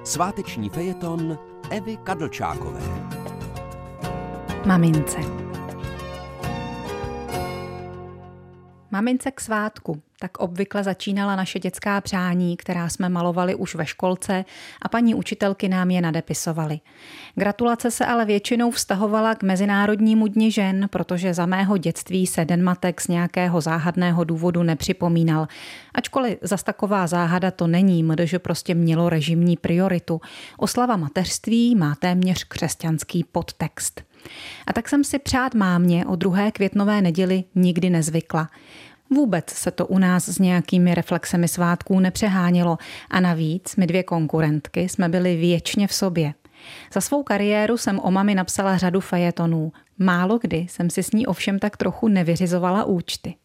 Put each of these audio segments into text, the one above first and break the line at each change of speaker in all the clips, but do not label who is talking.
Sváteční fejeton Evy Kadlčákové.
Mamince. Mamince k svátku. Tak obvykle začínala naše dětská přání, která jsme malovali už ve školce a paní učitelky nám je nadepisovaly. Gratulace se ale většinou vztahovala k Mezinárodnímu dni žen, protože za mého dětství se Den matek z nějakého záhadného důvodu nepřipomínal. Ačkoliv zas taková záhada to není, MDŽ prostě mělo režimní prioritu. Oslava mateřství má téměř křesťanský podtext. A tak jsem si přát mámě o 2. květnové neděli nikdy nezvykla. Vůbec se to u nás s nějakými reflexemi svátků nepřehánělo a navíc my 2 konkurentky jsme byli věčně v sobě. Za svou kariéru jsem o mami napsala řadu fejetonů. Málo kdy jsem si s ní ovšem tak trochu nevyřizovala účty.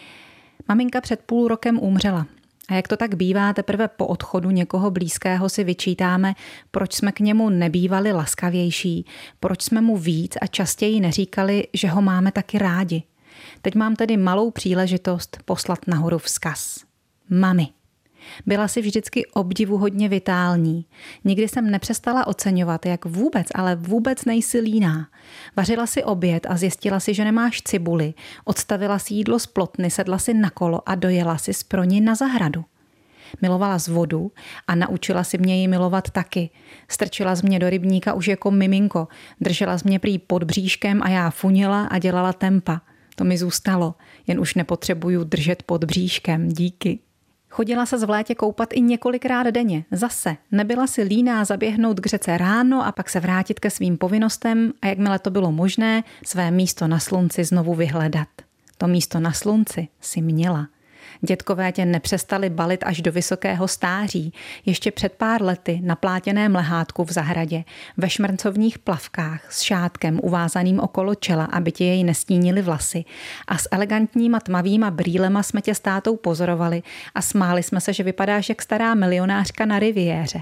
Maminka před půl rokem umřela. A jak to tak bývá, teprve po odchodu někoho blízkého si vyčítáme, proč jsme k němu nebývali laskavější, proč jsme mu víc a častěji neříkali, že ho máme taky rádi. Teď mám tedy malou příležitost poslat nahoru vzkaz. Mami. Byla si vždycky obdivuhodně vitální. Nikdy jsem nepřestala oceňovat, jak vůbec, ale vůbec nejsi líná. Vařila si oběd a zjistila si, že nemáš cibuli. Odstavila si jídlo z plotny, sedla si na kolo a dojela si pro ní na zahradu. Milovala z vodu a naučila si mě ji milovat taky. Strčila z mě do rybníka už jako miminko. Držela z mě prý pod bříškem a já funila a dělala tempa. To mi zůstalo, jen už nepotřebuju držet pod bříškem, díky. Chodila se v létě koupat i několikrát denně. Zase nebyla si líná zaběhnout k řece ráno a pak se vrátit ke svým povinnostem a jakmile to bylo možné, své místo na slunci znovu vyhledat. To místo na slunci si měla. Dětkové tě nepřestali balit až do vysokého stáří. Ještě před pár lety na plátěném lehátku v zahradě, ve šmrncovních plavkách s šátkem uvázaným okolo čela, aby ti jej nestínily vlasy. A s elegantníma tmavýma brýlema jsme tě s tátou pozorovali a smáli jsme se, že vypadáš jak stará milionářka na riviéře.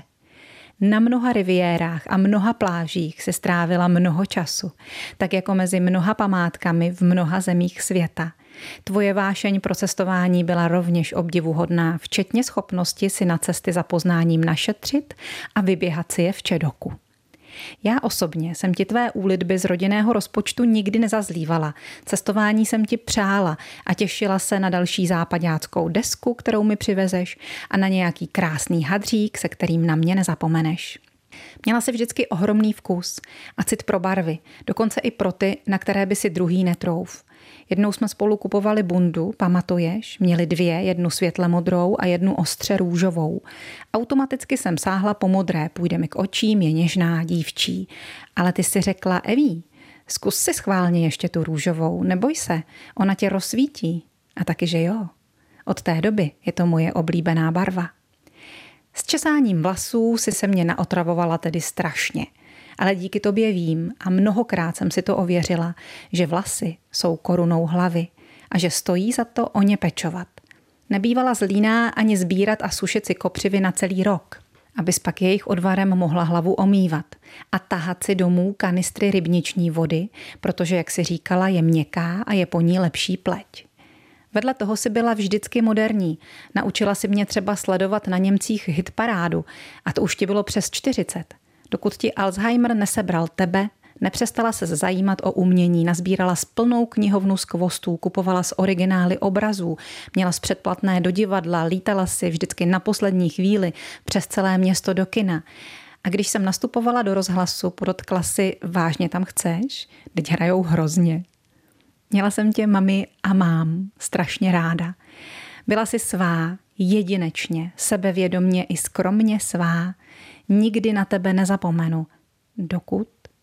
Na mnoha riviérách a mnoha plážích se strávila mnoho času, tak jako mezi mnoha památkami v mnoha zemích světa. Tvoje vášeň pro cestování byla rovněž obdivuhodná, včetně schopnosti si na cesty za poznáním našetřit a vyběhat si je v čedoku. Já osobně jsem ti tvé úlitby z rodinného rozpočtu nikdy nezazlívala. Cestování jsem ti přála a těšila se na další zápaďáckou desku, kterou mi přivezeš, a na nějaký krásný hadřík, se kterým na mě nezapomeneš. Měla si vždycky ohromný vkus a cit pro barvy, dokonce i pro ty, na které by si druhý netrouf. Jednou jsme spolu kupovali bundu, pamatuješ? Měli 2, jednu světle modrou a jednu ostře růžovou. Automaticky jsem sáhla po modré, půjde mi k očím, je něžná, dívčí. Ale ty si řekla, Eví, zkus si schválně ještě tu růžovou, neboj se, ona tě rozsvítí. A taky, že jo. Od té doby je to moje oblíbená barva. S česáním vlasů si se mě naotravovala tedy strašně. Ale díky tobě vím a mnohokrát jsem si to ověřila, že vlasy jsou korunou hlavy a že stojí za to o ně pečovat. Nebývala zlíná ani sbírat a sušit si kopřivy na celý rok, abys pak jejich odvarem mohla hlavu omývat a tahat si domů kanistry rybniční vody, protože, jak si říkala, je měkká a je po ní lepší pleť. Vedle toho si byla vždycky moderní. Naučila si mě třeba sledovat na Němcích hitparádu a to už ti bylo přes 40. Dokud ti Alzheimer nesebral tebe, nepřestala se zajímat o umění, nazbírala plnou knihovnu z kvostů, kupovala z originály obrazů, měla předplatné do divadla, lítala si vždycky na poslední chvíli přes celé město do kina. A když jsem nastupovala do rozhlasu, podotkla si, vážně tam chceš? Teď hrajou hrozně. Měla jsem tě, mami, a mám strašně ráda. Byla si svá, jedinečně, sebevědomně i skromně svá. Nikdy na tebe nezapomenu, dokud